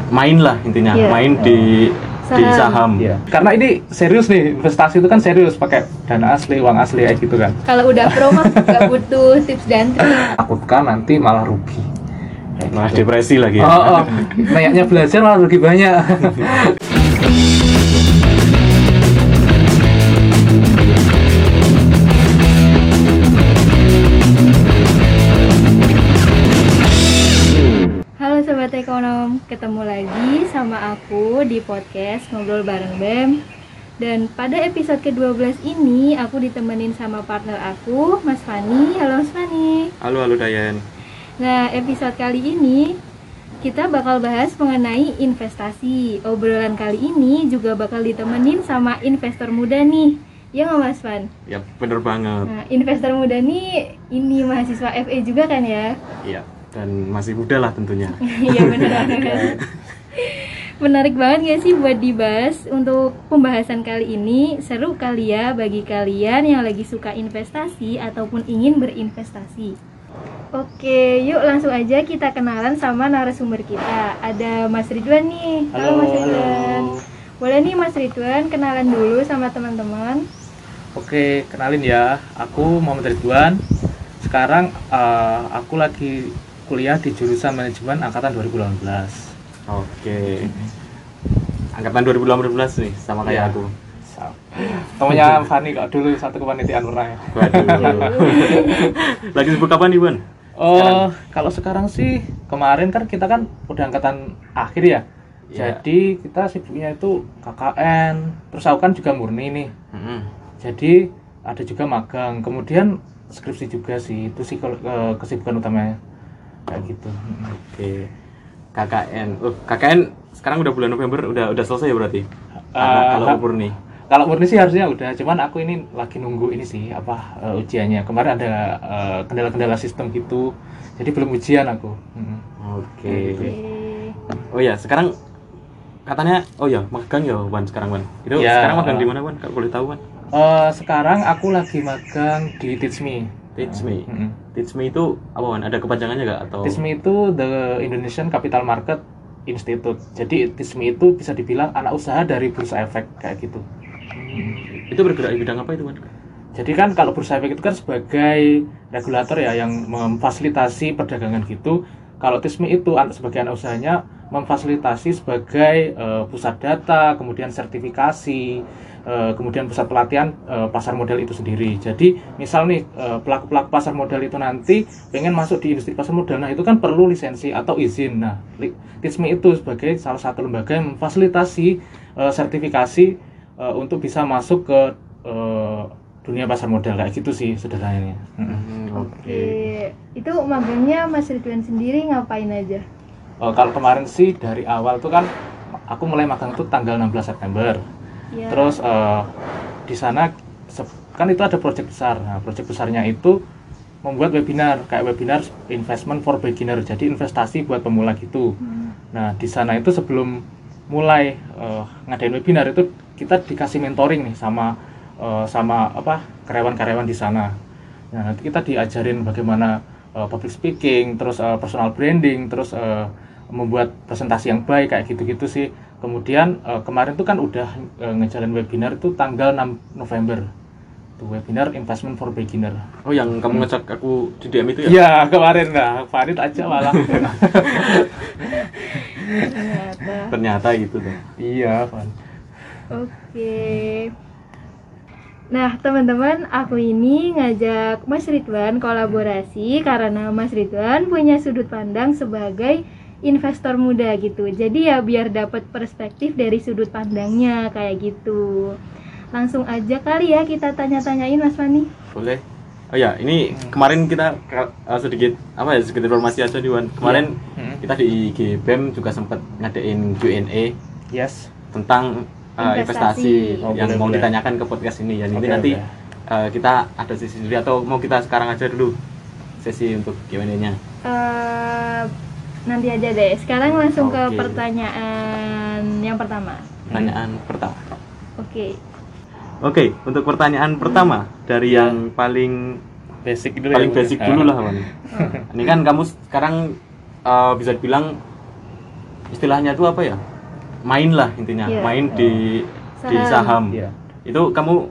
main lah intinya, main di saham. Iya. Karena ini serius nih, investasi itu kan serius, pakai dana asli, uang asli kayak gitu kan. Kalau udah pro mah nggak butuh tips dan trik. Takutkan nanti malah rugi. Malah depresi lagi ya. Banyaknya belajar malah rugi banyak. Halo Sobat Ekonom, ketemu lagi sama aku di podcast Ngobrol Bareng BEM. Dan pada episode ke-12 ini aku ditemenin sama partner aku, Mas Fani. Halo Mas Fani. Halo Dayan. Nah, episode kali ini kita bakal bahas mengenai investasi. Obrolan kali ini juga bakal ditemenin sama investor muda nih. Ya nggak Mas Fan? Ya bener banget. Nah, investor muda nih ini mahasiswa FE juga kan ya? Iya, dan masih muda lah tentunya. Iya bener banget. Menarik banget gak sih buat dibahas untuk pembahasan kali ini. Seru kali ya bagi kalian yang lagi suka investasi ataupun ingin berinvestasi. Oke, yuk langsung aja kita kenalan sama narasumber kita. Ada Mas Ridwan nih. Halo Mas Ridwan. Boleh nih Mas Ridwan kenalan dulu sama teman-teman. Oke, kenalin ya. Aku Muhammad Ridwan. Sekarang aku lagi kuliah di jurusan manajemen angkatan 2018. Oke. Angkatan 2018 nih sama kayak aku. Temennya Fani kok dulu satu kepanitiaan pernah ya. Waduh. Lagi sibuk apa nih, Bun? Kalau sekarang sih kemarin kan kita kan udah angkatan akhir ya. Yeah. Jadi kita sibuknya itu KKN. Terus aku kan juga murni nih. Mm-hmm. Jadi ada juga magang. Kemudian skripsi juga sih. Itu sih kesibukan utamanya. Kayak gitu. Oke. KKN. KKN sekarang udah bulan November udah selesai ya berarti? Kalau murni. Kalau murni sih harusnya udah, cuman aku ini lagi nunggu ini sih ujiannya. Kemarin ada kendala-kendala sistem gitu, jadi belum ujian aku. Oke. Oh ya, sekarang katanya magang ya Wan sekarang Wan. Itu ya, sekarang magang di mana Wan? Kalau boleh tahu Wan? Sekarang aku lagi magang di Teach Me. Teach Me. Teach Me itu apa Wan? Ada kepanjangannya nggak atau? Teach Me itu The Indonesian Capital Market Institute. Jadi Teach Me itu bisa dibilang anak usaha dari Bursa Efek kayak gitu. Itu bergerak di bidang apa itu Wan? Jadi kan kalau Bursa Efek itu kan sebagai regulator ya yang memfasilitasi perdagangan gitu. Kalau TISMI itu sebagai anak usahanya memfasilitasi sebagai pusat data, kemudian sertifikasi, kemudian pusat pelatihan pasar modal itu sendiri. Jadi misal nih pelaku-pelaku pasar modal itu nanti pengen masuk di industri pasar modal, nah itu kan perlu lisensi atau izin. Nah, TISMI itu sebagai salah satu lembaga yang memfasilitasi sertifikasi untuk bisa masuk ke dunia pasar modal kayak gitu sih sederhananya. Oke. Itu magangnya Mas Ridwan sendiri ngapain aja? Kalau kemarin sih dari awal tuh kan aku mulai magang tuh tanggal 16 September. Yeah. Terus di sana kan itu ada proyek besar. Nah, proyek besarnya itu membuat webinar kayak webinar investment for beginner. Jadi investasi buat pemula gitu. Nah, di sana itu sebelum mulai ngadain webinar itu kita dikasih mentoring nih sama karyawan-karyawan di sana. Nah, nanti kita diajarin bagaimana public speaking, terus personal branding, terus membuat presentasi yang baik kayak gitu-gitu sih. Kemudian kemarin tuh kan udah ngejalin webinar itu tanggal 6 November. Itu webinar investment for beginner. Oh, yang kamu ngecek aku di DM itu ya? Iya, kemarin lah. Farid aja malah. Ternyata gitu tuh. Iya, Fan. Oke. Nah, teman-teman, aku ini ngajak Mas Ridwan kolaborasi karena Mas Ridwan punya sudut pandang sebagai investor muda gitu. Jadi ya biar dapat perspektif dari sudut pandangnya kayak gitu. Langsung aja kali ya kita tanya-tanyain Mas Fani. Boleh. Oh ya, ini kemarin kita sedikit informasi aja nih Wan. Kemarin kita di IG BEM juga sempat ngadain Q&A. Yes. Tentang investasi yang mau ditanyakan ke podcast ini ya. Nanti kita ada sesi sendiri atau mau kita sekarang aja dulu sesi untuk Q&A-nya? Nanti aja deh. Sekarang langsung ke pertanyaan yang pertama. Pertanyaan pertama. Oke, untuk pertanyaan pertama dari yang paling basic dulu dulu lah, Wan. Ini kan kamu sekarang bisa dibilang istilahnya itu apa ya? Main lah intinya, Iya. main di saham. Iya. Itu kamu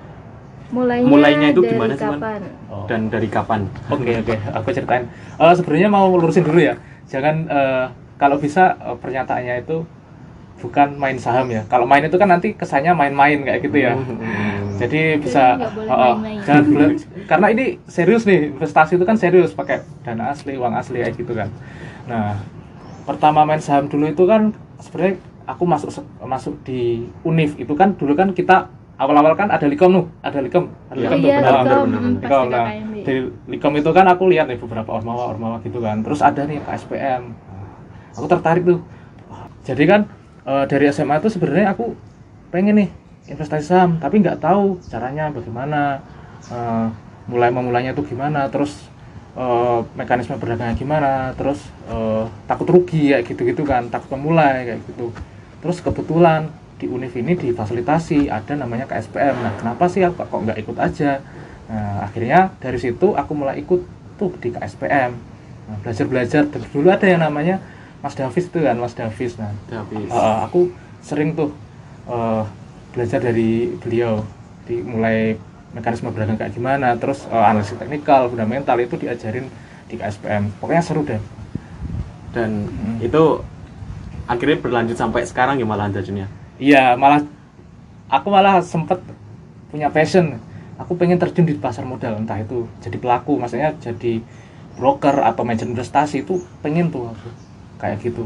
Mulainya itu dari gimana sih, Man? kapan? Oh. dan dari kapan? Oke, aku ceritain. Sebenarnya mau lurusin dulu ya. Jangan kalau bisa pernyataannya itu bukan main saham ya. Kalau main itu kan nanti kesannya main-main kayak gitu ya. Jadi bisa nggak boleh main-main. karena ini serius nih, investasi itu kan serius, pakai dana asli, uang asli kayak gitu kan. Nah, pertama main saham dulu itu kan sebenarnya aku masuk di Univ itu kan dulu kan kita awal-awal kan ada Likom Iya, tuh, Iya, benar. Likom, benar. pas Likom, nah, KKMB. dari Likom itu kan aku lihat nih beberapa ormawa gitu kan. Terus ada nih KSPM. Aku tertarik tuh. Jadi kan dari SMA itu sebenarnya aku pengen nih investasi saham, tapi nggak tahu caranya bagaimana, memulainya itu gimana, terus mekanisme perdagangnya gimana, terus takut rugi kayak gitu-gitu kan, takut memulai kayak gitu. Terus kebetulan di Univ ini difasilitasi ada namanya KSPM. Nah, kenapa sih aku kok nggak ikut aja? Nah, akhirnya dari situ aku mulai ikut tuh di KSPM. Nah, belajar dan dulu ada yang namanya Mas Davis itu kan, Mas Davis. Nah, Davis. aku sering tuh belajar dari beliau, mulai mekanisme berdagang kayak gimana, terus analisis teknikal, fundamental itu diajarin di KSPM. Pokoknya seru deh. Dan itu akhirnya berlanjut sampai sekarang ya malah jadinya. Iya, aku malah sempet punya passion. Aku pengen terjun di pasar modal, entah itu jadi pelaku, maksudnya jadi broker atau manajer investasi, itu pengen tuh aku kayak gitu.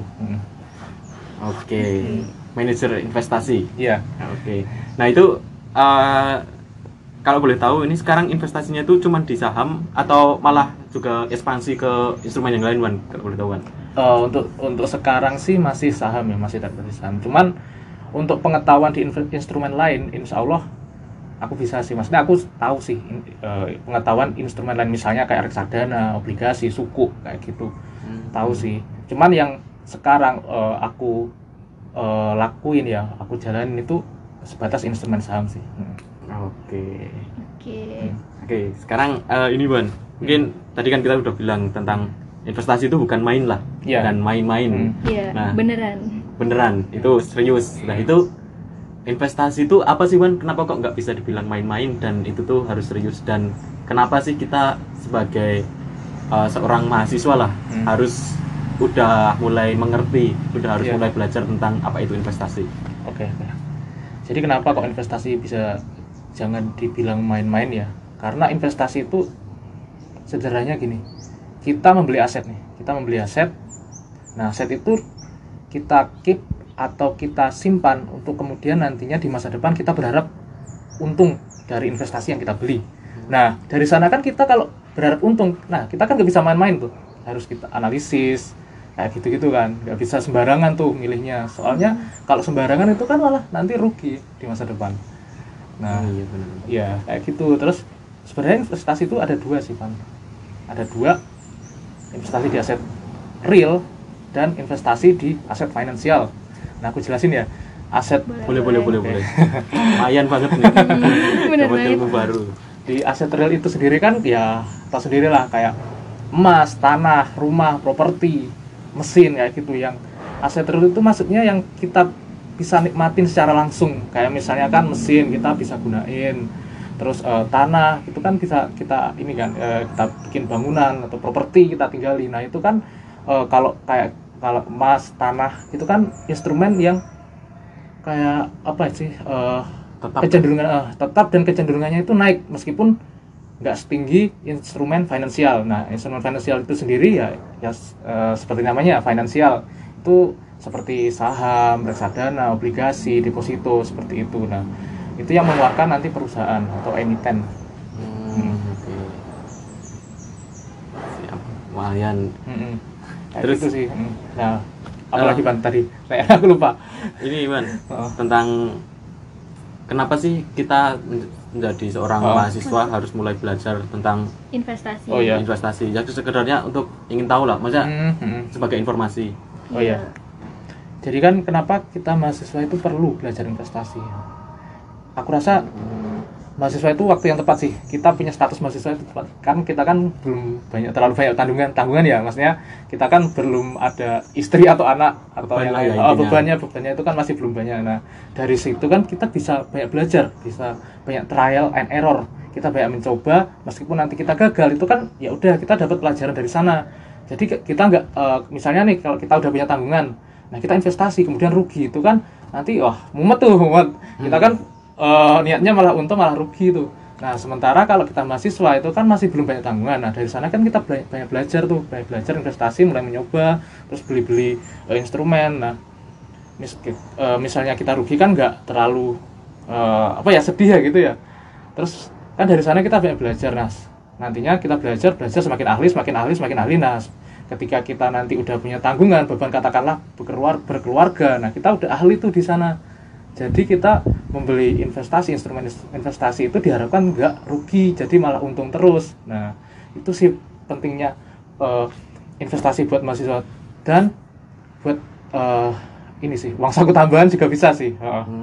Oke. Manajer investasi. Iya. Oke. Nah, itu kalau boleh tahu ini sekarang investasinya itu cuma di saham atau malah juga ekspansi ke instrumen yang lain, Wan? Kalau boleh tahu, Wan. Untuk sekarang sih masih saham ya, masih dari saham. Cuman untuk pengetahuan di instrumen lain, insya Allah aku bisa sih. Maksudnya aku tahu sih pengetahuan instrumen lain, misalnya kayak reksadana, obligasi, suku kayak gitu. Tahu sih. Cuman yang sekarang aku lakuin ya, aku jalanin itu sebatas instrumen saham sih. Oke. Oke. Oke, sekarang ini, Wan. Mungkin tadi kan kita udah bilang tentang investasi itu bukan main lah, Iya. bukan main-main. Iya, Nah, beneran. itu serius. Nah, itu investasi itu apa sih, Wan? Kenapa kok nggak bisa dibilang main-main dan itu tuh harus serius? Dan kenapa sih kita sebagai seorang mahasiswa lah harus udah mulai mengerti, udah harus Iya. mulai belajar tentang apa itu investasi? Oke. Jadi kenapa kok investasi bisa jangan dibilang main-main ya? Karena investasi itu sederhananya gini. Kita membeli aset nih. Nah, aset itu kita keep atau kita simpan untuk kemudian nantinya di masa depan kita berharap untung dari investasi yang kita beli. Nah, dari sana kan kita kalau berharap untung, nah kita kan nggak bisa main-main tuh. Harus kita analisis, kayak gitu-gitu kan. Nggak bisa sembarangan tuh milihnya. Soalnya kalau sembarangan itu kan malah nanti rugi di masa depan. Nah, Iya, benar. ya kayak gitu. Terus sebenarnya investasi itu ada dua sih, Pan. Ada dua, investasi di aset real dan investasi di aset finansial. Nah, aku jelasin ya. Aset Boleh. Lumayan banget nih. Bener Dapat banget. ilmu baru. di aset real itu sendiri kan ya tahu sendirilah, kayak emas, tanah, rumah, properti, mesin kayak gitu. Yang aset real itu maksudnya yang kita bisa nikmatin secara langsung, kayak misalnya kan mesin kita bisa gunain, terus tanah itu kan bisa kita ini kan kita bikin bangunan atau properti kita tinggali. Nah itu kan kalau emas, tanah itu kan instrumen yang kayak apa sih Tetap. kecenderungan tetap, dan kecenderungannya itu naik meskipun nggak setinggi instrumen finansial. Nah, instrumen finansial itu sendiri ya seperti namanya finansial, itu seperti saham, reksadana, obligasi, deposito seperti itu. Nah, itu yang mengeluarkan nanti perusahaan atau emiten. Oke. Siap. Lumayan. Kayak Terus? gitu sih. Nah, apalagi Ban tadi? Aku lupa. Ini, Iwan, Oh. tentang kenapa sih kita menjadi seorang mahasiswa harus mulai belajar tentang Investasi. Oh, iya. investasi? Ya sekedarnya untuk ingin tahu lah, maksudnya sebagai informasi. Oh iya. Jadi kan kenapa kita mahasiswa itu perlu belajar investasi? Aku rasa mahasiswa itu waktu yang tepat sih. Kita punya status mahasiswa itu tepat. Kan kita kan belum terlalu banyak tanggungan ya. Maksudnya kita kan belum ada istri atau anak atau Beban yang lah ya, lain. intinya. Bebannya itu kan masih belum banyak. Nah, dari situ kan kita bisa banyak belajar, bisa banyak trial and error. Kita banyak mencoba, meskipun nanti kita gagal itu kan ya udah kita dapat pelajaran dari sana. Jadi kita nggak misalnya nih kalau kita udah punya tanggungan, nah kita investasi kemudian rugi itu kan nanti mumet. Kita kan niatnya malah untung malah rugi tuh. Nah sementara kalau kita mahasiswa itu kan masih belum banyak tanggungan. Nah dari sana kan kita banyak belajar investasi, mulai mencoba, terus beli instrumen. Nah misalnya kita rugi kan nggak terlalu sedih ya gitu ya. Terus kan dari sana kita banyak belajar. Nah nantinya kita belajar semakin ahli. Nah ketika kita nanti udah punya tanggungan, beban katakanlah berkeluarga, nah kita udah ahli tuh di sana. Jadi kita membeli instrumen investasi itu diharapkan nggak rugi, jadi malah untung terus. Nah itu sih pentingnya investasi buat mahasiswa. Dan buat ini sih uang saku tambahan juga bisa sih.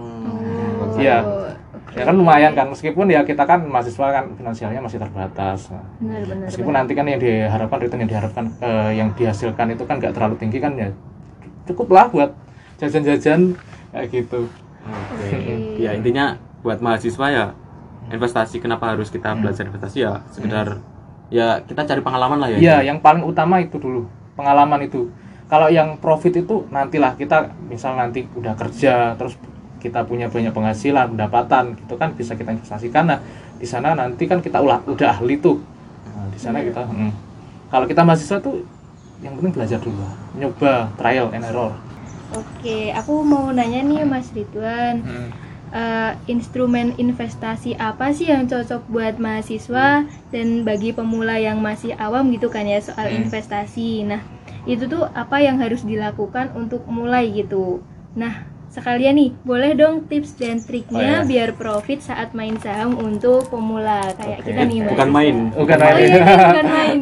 Iya. Ya kan lumayan kan, meskipun ya kita kan mahasiswa kan finansialnya masih terbatas. Benar. Meskipun nanti kan yang diharapkan return yang dihasilkan itu kan nggak terlalu tinggi kan, ya cukup lah buat jajan-jajan kayak gitu. Oke. Ya intinya buat mahasiswa ya investasi, kenapa harus kita belajar investasi ya sekedar ya kita cari pengalaman lah ya. Iya, yang paling utama itu dulu, pengalaman itu. Kalau yang profit itu nantilah kita misal nanti udah kerja terus kita punya banyak penghasilan, pendapatan, gitu kan bisa kita investasikan. Nah, di sana nanti kan kita udah ahli tuh. Nah, di sana kita kalau kita mahasiswa tuh yang penting belajar dulu, nyoba, trial and error. Oke, aku mau nanya nih Mas Ridwan, instrumen investasi apa sih yang cocok buat mahasiswa dan bagi pemula yang masih awam gitu kan ya soal investasi. Nah, itu tuh apa yang harus dilakukan untuk mulai gitu. Nah, sekalian nih, boleh dong tips dan triknya biar profit saat main saham untuk pemula kayak kita nih. Bukan main. Bukan main.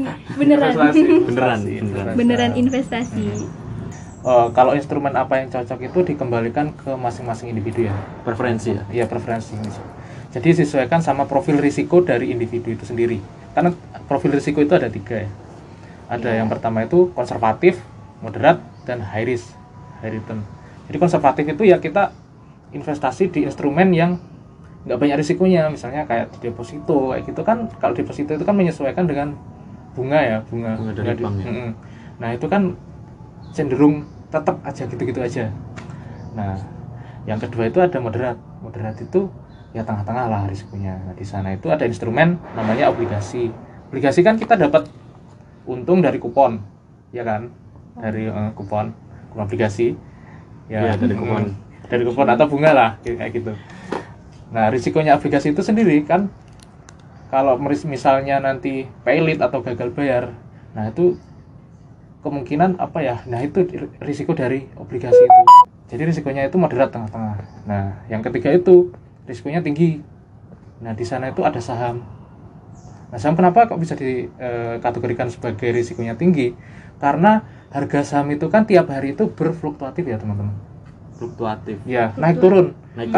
Beneran investasi. Kalau instrumen apa yang cocok itu dikembalikan ke masing-masing individu ya. Preferensi ya. Iya, preferensi. Jadi disesuaikan sama profil risiko dari individu itu sendiri. Karena profil risiko itu ada 3 ya. Ada yang pertama itu konservatif, moderat, dan high risk, high return. Jadi konservatif itu ya kita investasi di instrumen yang nggak banyak risikonya, misalnya kayak di deposito kayak gitu kan. Kalau deposito itu kan menyesuaikan dengan bunga dari bank ya. Nah itu kan cenderung tetap aja gitu-gitu aja. Nah yang kedua itu ada moderat itu ya tengah-tengah lah risikonya. Nah di sana itu ada instrumen namanya obligasi kan kita dapat untung dari kupon, ya kan, dari kupon obligasi. Ya, dari kupon atau bunga lah kayak gitu. Nah risikonya obligasi itu sendiri kan kalau misalnya nanti pailit atau gagal bayar, nah itu kemungkinan nah itu risiko dari obligasi itu. Jadi risikonya itu moderat tengah-tengah. Nah yang ketiga itu risikonya tinggi. Nah di sana itu ada saham. Nah saham kenapa kok bisa dikategorikan sebagai risikonya tinggi? Karena harga saham itu kan tiap hari itu berfluktuatif ya teman-teman. Fluktuatif. Ya, naik turun.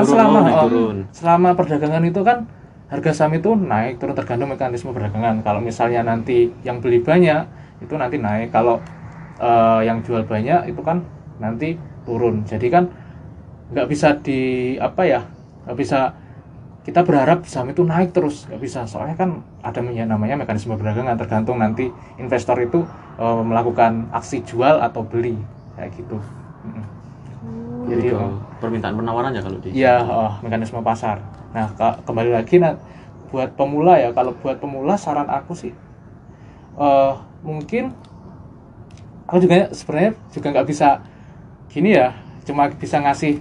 Selama perdagangan itu kan harga saham itu naik turun tergantung mekanisme perdagangan. Kalau misalnya nanti yang beli banyak itu nanti naik. Kalau yang jual banyak itu kan nanti turun. Jadi kan nggak bisa nggak bisa kita berharap saham itu naik terus, nggak bisa. Soalnya kan ada namanya mekanisme perdagangan, tergantung nanti investor itu melakukan aksi jual atau beli kayak gitu. Jadi permintaan penawaran ya kalau di. Iya, mekanisme pasar. Nah kembali lagi buat pemula ya, kalau buat pemula saran aku sih mungkin aku juga sebenarnya juga nggak bisa gini ya, cuma bisa ngasih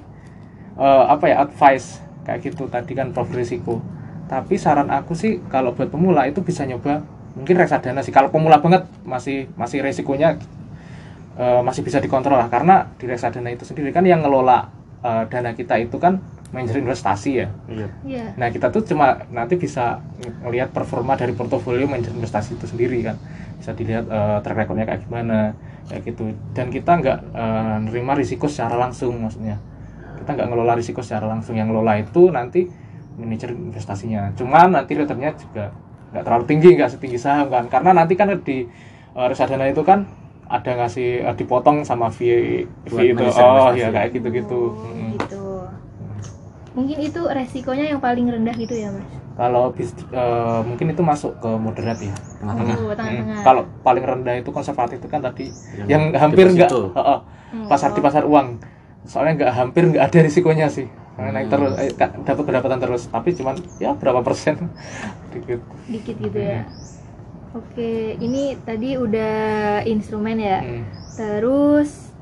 advice kayak gitu tadi kan profil risiko. Tapi saran aku sih kalau buat pemula itu bisa nyoba mungkin reksadana sih. Kalau pemula banget masih resikonya masih bisa dikontrol lah, karena di reksadana itu sendiri kan yang ngelola dana kita itu kan manajer investasi ya. Iya. Nah kita tuh cuma nanti bisa ngelihat performa dari portofolio manajer investasi itu sendiri kan, bisa dilihat track recordnya kayak gimana kayak gitu. Dan kita nggak nerima risiko secara langsung, maksudnya kita nggak ngelola risiko secara langsung. Yang ngelola itu nanti manajer investasinya. Cuman nanti returnnya juga nggak terlalu tinggi, nggak setinggi saham kan, karena nanti kan di reksadana itu kan ada ngasih dipotong sama fee Buat itu. manajer Oh investasi. ya kayak gitu-gitu. Gitu. Mungkin itu resikonya yang paling rendah gitu ya mas? Kalau mungkin itu masuk ke moderat ya. Tengah-tengah. Oh, tengah-tengah. Kalau paling rendah itu konservatif itu kan tadi Yang yang hampir nggak deposito. pasar di pasar uang. Soalnya hampir nggak ada risikonya sih. Naik terus, dapat pendapatan terus. Tapi cuman ya berapa persen dikit. Dikit gitu ya. Oke, ini tadi udah instrumen ya. Terus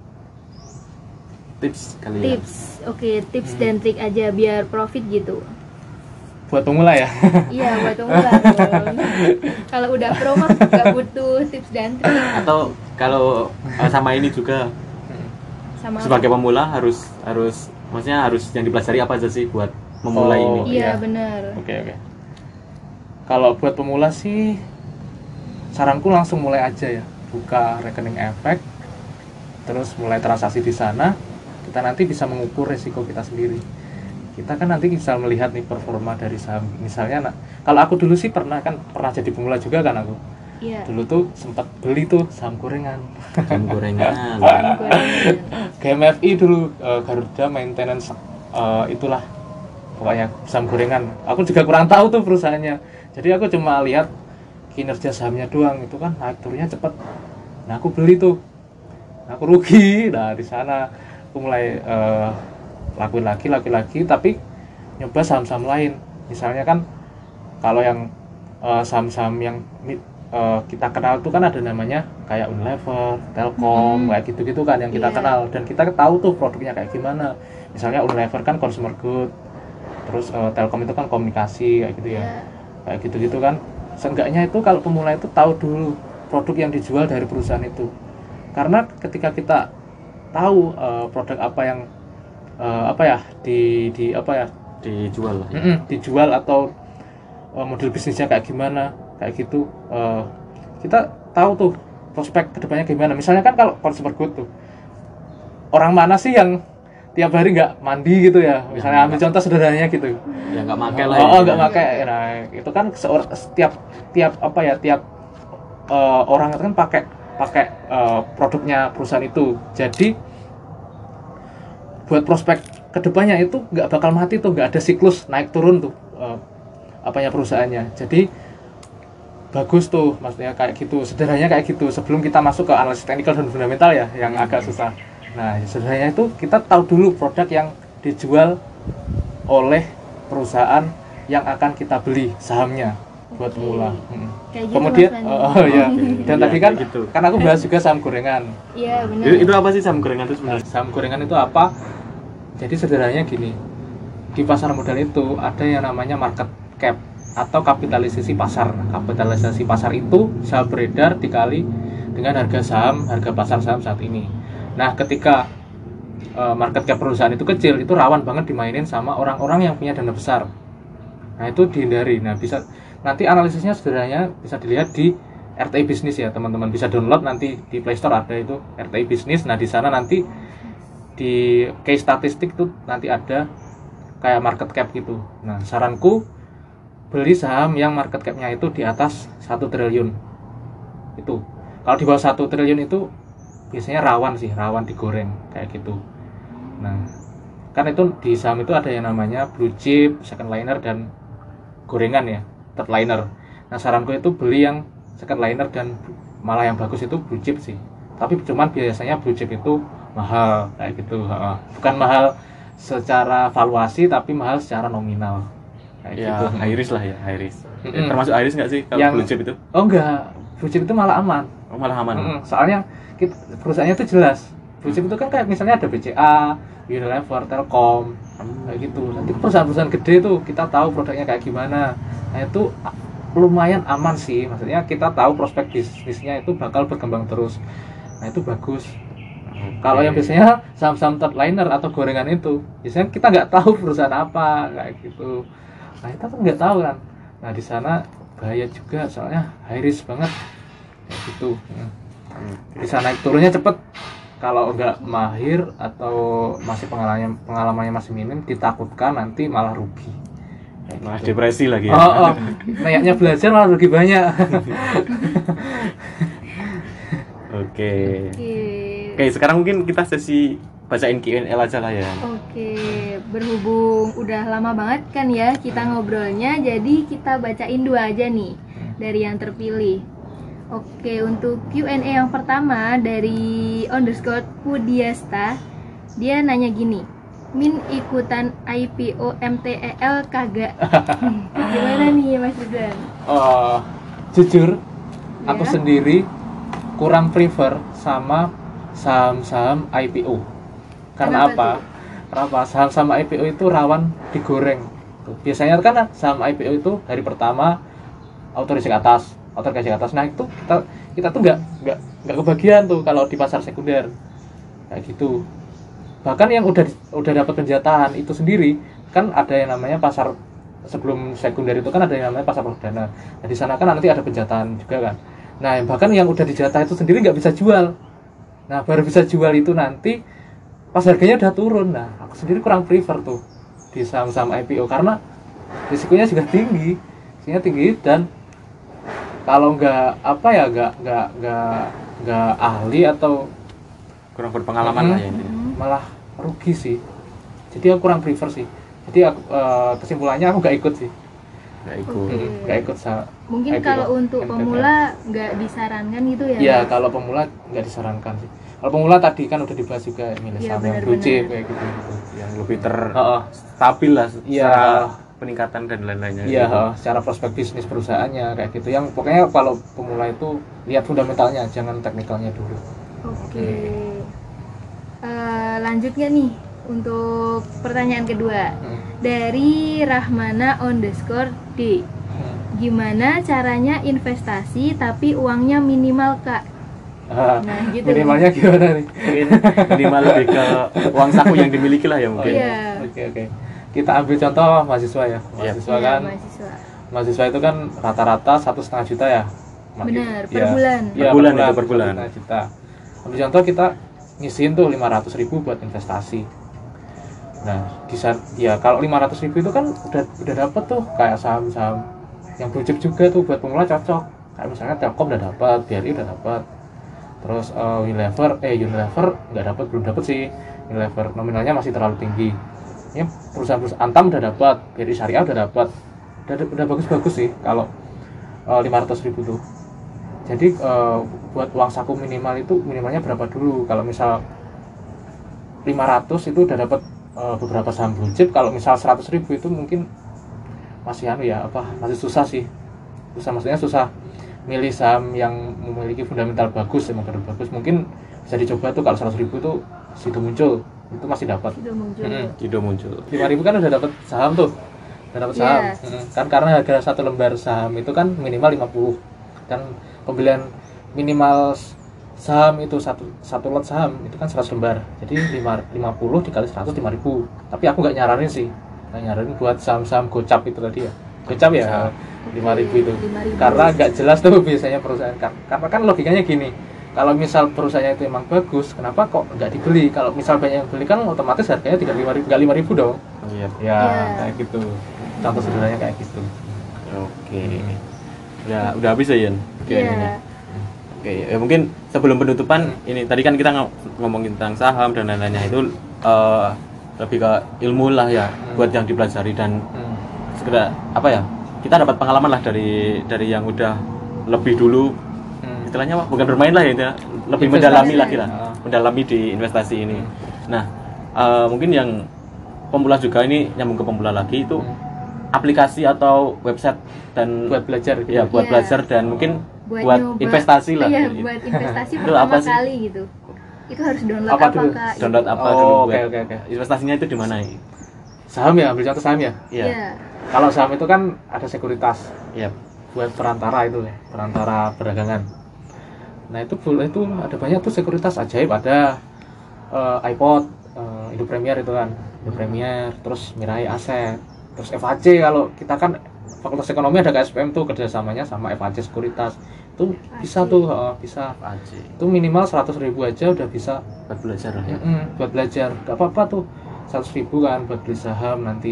Tips kali ya. tips. Oke, tips dan trik aja biar profit gitu. Buat pemula ya. Iya, buat pemula dong. Kalau udah pro mah nggak butuh tips dan trik. Atau kalau sama ini juga Sama sebagai pemula harus maksudnya harus yang dipelajari apa aja sih buat memulai Oh, ini. Iya, Iya. benar. Oke. Kalau buat pemula sih saranku langsung mulai aja ya. Buka rekening efek. Terus mulai transaksi di sana. Kita nanti bisa mengukur resiko kita sendiri. Kita kan nanti bisa melihat nih performa dari saham. Misalnya kalau aku dulu sih pernah jadi pemula juga kan aku. Iya. Dulu tuh sempat beli tuh saham gorengan. Jam gorengan. Gorengan. GMFI dulu, Garuda Maintenance, itulah pokoknya saham gorengan. Aku juga kurang tahu tuh perusahaannya. Jadi aku cuma lihat kinerja sahamnya doang, itu kan naik turunnya cepet. Nah aku beli tuh, nah, aku rugi. Nah di sana aku mulai lakuin lagi, tapi nyoba saham-saham lain. Misalnya kan kalau yang saham-saham yang kita kenal tuh kan ada namanya kayak Unilever, Telkom, kayak gitu-gitu kan yang kita Iya. kenal, dan kita tahu tuh produknya kayak gimana. Misalnya Unilever kan consumer good, terus Telkom itu kan komunikasi kayak gitu ya. Iya. Kayak gitu-gitu kan. Seenggaknya itu kalau pemula itu tahu dulu produk yang dijual dari perusahaan itu. Karena ketika kita tahu produk apa yang Dijual lah. dijual atau model bisnisnya kayak gimana, kayak gitu, kita tahu tuh prospek kedepannya gimana. Misalnya kan kalau consumer good tuh, orang mana sih yang tiap hari nggak mandi gitu ya, misalnya ambil contoh sederhananya gitu. Ya nggak pakai lah. Oh, ya. nggak pakai. Nah itu kan tiap orang itu kan pakai produknya perusahaan itu. Jadi buat prospek kedepannya itu nggak bakal mati tuh, nggak ada siklus naik turun tuh perusahaannya. Jadi bagus tuh, maksudnya kayak gitu, sederhananya kayak gitu. Sebelum kita masuk ke analisis teknikal dan fundamental ya, yang agak susah. Nah sederhananya itu kita tahu dulu produk yang dijual oleh perusahaan yang akan kita beli sahamnya buat Oke. pemula. Kayak gitu, Kemudian Mas Fandi. ya. Dan Iya, tadi kan kayak gitu. kan aku bahas juga saham gorengan. Iya, benar. Itu apa sih saham gorengan itu sebenarnya? Saham gorengan itu apa? Jadi sederhananya gini, di pasar modal itu ada yang namanya market cap atau kapitalisasi pasar. Nah, kapitalisasi pasar itu saham beredar dikali dengan harga pasar saham saat ini. Nah, ketika market cap perusahaan itu kecil, itu rawan banget dimainin sama orang-orang yang punya dana besar. Nah, itu dihindari. Nah, nanti analisisnya sederhananya bisa dilihat di RTI Bisnis ya, teman-teman bisa download nanti di Play Store, ada itu RTI Bisnis. Nah, di sana nanti di case statistik tuh nanti ada kayak market cap gitu. Nah, saranku beli saham yang market cap-nya itu di atas 1 triliun. Itu. Kalau di bawah 1 triliun itu biasanya rawan digoreng kayak gitu. Nah, kan itu di saham itu ada yang namanya blue chip, second liner, dan gorengan ya, third liner. Nah, saranku itu beli yang second liner, dan malah yang bagus itu blue chip sih. Tapi cuman biasanya blue chip itu mahal kayak gitu. Bukan mahal secara valuasi, tapi mahal secara nominal kayak Ya, gitu. high risk lah ya, high risk. Mm-mm. Termasuk high risk nggak sih kalau Yang- blue chip itu? Oh enggak, blue chip itu malah aman. Oh, malah aman. Soalnya perusahaannya itu jelas. Blue chip itu kan kayak misalnya ada BCA, Unilever, Telkom, kayak gitu. Nanti perusahaan-perusahaan gede tuh kita tahu produknya kayak gimana. Nah itu lumayan aman sih. Maksudnya kita tahu prospek bisnisnya itu bakal berkembang terus. Nah itu bagus. Kalau yang biasanya saham-saham third liner atau gorengan itu, biasanya kita nggak tahu perusahaan apa kayak gitu. Nah kita tuh nggak tahu kan. Nah di sana bahaya juga, soalnya high risk banget kayak gitu. Bisa naik turunnya cepet. Kalau nggak mahir atau masih pengalamannya masih minim, ditakutkan nanti malah rugi Nah, depresi lagi ya. Kayaknya belajar malah lebih banyak. Oke. Oke. Oke, sekarang mungkin kita sesi bacain Q&A aja lah ya. Oke, berhubung udah lama banget kan ya kita ngobrolnya, jadi kita bacain 2 aja nih dari yang terpilih. Oke, untuk Q&A yang pertama dari _Pudiasta, dia nanya gini, Min ikutan IPO MTEL kagak? Gimana nih Mas Ridwan? Jujur, aku Ya. sendiri kurang prefer sama saham-saham IPO. Karena Kenapa apa? Kenapa? Saham-saham IPO itu rawan digoreng. Tuh, biasanya kan saham IPO itu hari pertama otorisasi atas. Nah itu kita tuh nggak kebagian tuh kalau di pasar sekunder kayak gitu. Bahkan yang udah dapat penjatahan itu sendiri kan ada yang namanya pasar sebelum sekunder itu kan ada yang namanya pasar perdana. Nah di sana kan nanti ada penjatahan juga kan. Nah bahkan yang udah dijatah itu sendiri nggak bisa jual. Nah baru bisa jual itu nanti pas harganya udah turun. Nah aku sendiri kurang prefer tuh di saham-saham IPO karena risikonya juga tinggi, dan kalau nggak ahli atau Kurang berpengalaman lah ya ini. malah rugi sih. Jadi aku kurang prefer sih. Jadi aku, kesimpulannya aku nggak ikut sih. Nggak ikut. Oke. Nggak ikut Mungkin IPO, kalau untuk MTPL. pemula nggak disarankan gitu ya? Ya Mas? kalau pemula nggak disarankan sih. Kalau pemula tadi kan udah dibahas juga milih Iya, saham yang benar-benar. blue chip kayak gitu. Yang lebih Heeh. stabil lah Iya. secara peningkatan dan lain-lainnya. Iya, gitu. secara prospek bisnis perusahaannya kayak gitu. Yang pokoknya kalau pemula itu lihat fundamentalnya, jangan teknikalnya dulu. Oke. Lanjutnya nih untuk pertanyaan kedua dari Rahmana_D. Gimana caranya investasi tapi uangnya minimal Kak? Nah, gitu. Minimalnya gimana nih? Mungkin minimal lebih ke uang saku yang dimiliki lah ya mungkin. Iya. Oke. Kita ambil contoh mahasiswa ya. Mahasiswa Iya, kan, mahasiswa. mahasiswa itu kan rata-rata 1,5 juta ya. Benar, per Iya. bulan. Iya, Per bulan itu, per bulan. 1,5 juta. Ambil contoh kita ngisiin tuh 500.000 buat investasi. Nah, ya kalau 500.000 itu kan udah dapet tuh kayak saham-saham yang blue chip juga tuh buat pemula cocok. Kayak misalnya Telkom udah dapat, BRI udah dapat. Terus Unilever belum dapat sih. Unilever nominalnya masih terlalu tinggi. Ini perusahaan Antam udah dapat, BRI Syariah udah dapat. Udah bagus-bagus sih kalau 500.000 tuh. Jadi buat uang saku minimalnya berapa dulu? Kalau misal 500 itu udah dapat beberapa saham blue chip. Kalau misal 100.000 itu mungkin masih masih susah sih. Maksudnya susah milih saham yang memiliki fundamental bagus, yang modal bagus. Mungkin bisa dicoba tuh kalau 100.000 tuh situ muncul, itu masih dapat. Sudah muncul. Tidak muncul. 5.000 kan udah dapat saham tuh. Udah dapat saham. Iya. Kan karena harga satu lembar saham itu kan minimal 50. Dan pembelian minimal saham itu satu lot saham itu kan 100 lembar. Jadi 50 dikali 100 5.000. Tapi aku nggak nyaranin sih. Nggak nyaranin buat saham-saham gocap itu tadi ya. Gocap ya 5.000 itu. 5.000. Karena nggak jelas tuh biasanya perusahaan. Karena kan logikanya gini. Kalau misal perusahaannya itu emang bagus, kenapa kok nggak dibeli? Kalau misal banyak yang beli kan otomatis harganya tidak 5.000, nggak 5.000 dong. Iya. Ya, Iya. kayak gitu. Contoh sederhananya kayak gitu. Oke. Udah habis ya Yan? Iya. Oke, ya mungkin sebelum penutupan ini tadi kan kita ngomongin tentang saham dan lain-lainnya itu lebih ke ilmu lah ya buat yang dipelajari dan segera kita dapat pengalaman lah dari yang udah lebih dulu istilahnya bukan bermain lah ya itu ya, lebih Investasi. mendalami lagi lah mendalami di investasi ini. Nah mungkin yang pemula juga ini nyambung ke pemula lagi itu aplikasi atau website dan Buat belajar gitu. ya buat Iya. belajar dan mungkin buat nyoba- investasi lah. Iya, Gitu. buat investasi Itu pertama apa sih? kali gitu. Itu harus download Apa apa, dulu? Kak? Download apa Oh, dulu oke, buat oke. investasinya itu di mana? Saham ya, ambil contoh saham ya. Iya. Iya. Kalau saham itu kan ada sekuritas Iya. buat perantara itu ya, perantara perdagangan. Nah itu ada banyak tuh sekuritas ajaib, ada iPod, Indo Premier itu kan, Indo Premier, terus Mirai Aset, terus FAC. Kalau kita kan Fakultas Ekonomi ada KSPM tuh kerjasamanya sama FAC Sekuritas. Itu bisa tuh, bisa. Aji. Itu minimal 100.000 aja udah bisa Buat belajar lah ya. buat belajar. Gak apa-apa tuh 100.000 kan buat beli saham nanti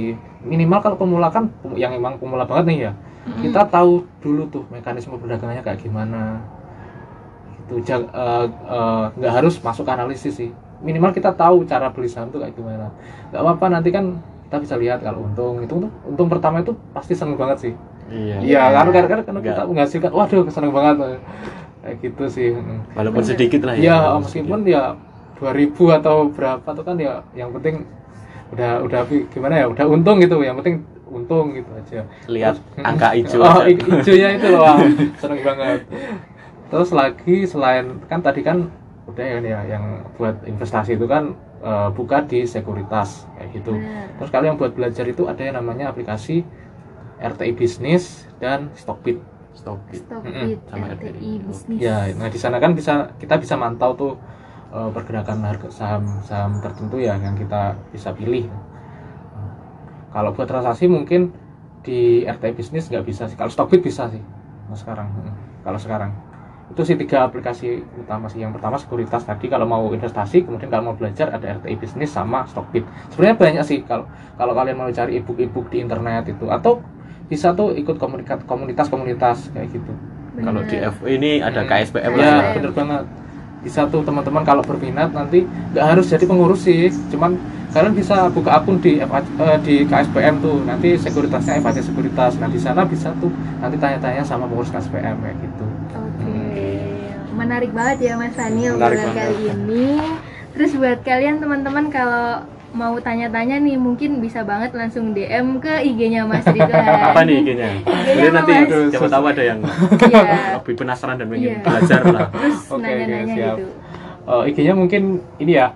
minimal kalau pemula kan yang emang pemula banget nih ya, kita tahu dulu tuh mekanisme perdagangannya kayak gimana. Itu nggak harus masuk analisis sih, minimal kita tahu cara beli saham tuh kayak gimana. Nggak apa-apa, nanti kan kita bisa lihat kalau untung pertama itu pasti seneng banget sih. Iya karena kita menghasilkan, waduh seneng banget kayak gitu sih. Walaupun sedikit lah ya meskipun ya 2000 atau berapa tuh kan ya, yang penting udah gimana ya, udah untung gitu, yang penting untung gitu aja. Lihat angka hijau. Hijaunya itu loh, seneng banget. Terus lagi selain kan tadi kan udah ya yang buat investasi itu kan buka di sekuritas kayak gitu. Terus kalau yang buat belajar itu ada yang namanya aplikasi RTI Bisnis dan Stockbit sama RTI Bisnis. Ya, nah di sana kan kita bisa mantau tuh pergerakan harga saham tertentu ya yang kita bisa pilih. Kalau buat transaksi mungkin di RTI Bisnis nggak bisa sih. Kalau Stockbit bisa sih. Kalau sekarang itu sih 3 aplikasi utama sih. Yang pertama sekuritas tadi kalau mau investasi, kemudian kalau mau belajar ada RTI Bisnis sama Stockbit. Sebenarnya banyak sih kalau kalian mau cari ebook di internet itu, atau bisa tuh ikut komunitas kayak gitu. Kalau di FO ini ada KSPM ya, bener banget. Bisa tuh teman-teman kalau berminat, nanti nggak harus jadi pengurus sih, cuman kalian bisa buka akun di KSPM tuh, nanti sekuritasnya FAC Sekuritas. Nah di sana bisa tuh nanti tanya-tanya sama pengurus KSPM kayak gitu. Menarik banget ya Mas Fani obrolan kali ini. Terus buat kalian teman-teman kalau mau tanya-tanya nih, mungkin bisa banget langsung DM ke IG-nya Mas Ridwan. Apa nih IG-nya? Jadi nanti siapa tahu ada yang lebih penasaran dan ingin belajar lah. Terus nanya-nanya gitu. IG-nya mungkin ini ya,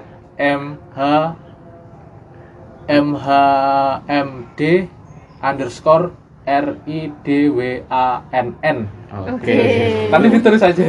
@mhmd_RIDWANN. Oke. Nanti ditulis aja.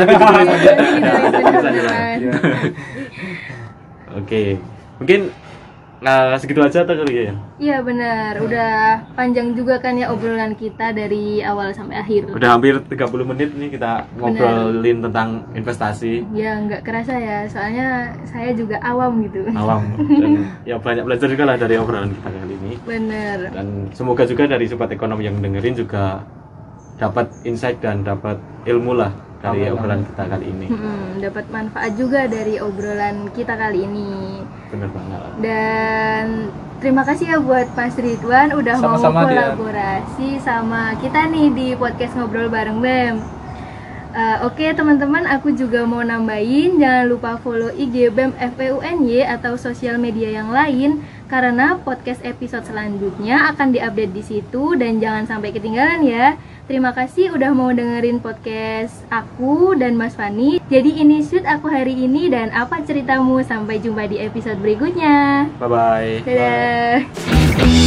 Oke. Mungkin segitu aja atau kali ya? Iya benar, udah panjang juga kan ya obrolan kita dari awal sampai akhir. Udah hampir 30 menit nih kita ngobrolin tentang investasi. Ya nggak kerasa ya, soalnya saya juga awam gitu. Awam, dan ya banyak belajar juga lah dari obrolan kita kali ini. Bener. Dan semoga juga dari sobat ekonomi yang dengerin juga dapat insight dan dapat ilmu lah dari obrolan kita kali ini. Dapat manfaat juga dari obrolan kita kali ini. Bener banget. Dan terima kasih ya buat Mas Ridwan udah sama-sama mau kolaborasi sama kita nih di podcast Ngobrol Bareng BEM. Oke teman-teman, aku juga mau nambahin, jangan lupa follow IG BEM FEUNY atau sosial media yang lain, karena podcast episode selanjutnya akan diupdate di situ, dan jangan sampai ketinggalan ya. Terima kasih udah mau dengerin podcast aku dan Mas Fani. Jadi ini shoot aku hari ini, dan apa ceritamu. Sampai jumpa di episode berikutnya. Bye-bye. Dadah.